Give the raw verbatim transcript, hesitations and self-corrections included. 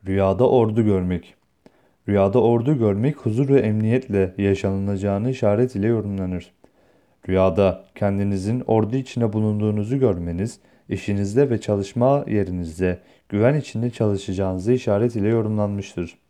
Rüyada ordu görmek. Rüyada ordu görmek huzur ve emniyetle yaşanılacağını işaret ile yorumlanır. Rüyada kendinizin ordu içinde bulunduğunuzu görmeniz, işinizde ve çalışma yerinizde güven içinde çalışacağınızı işaret ile yorumlanmıştır.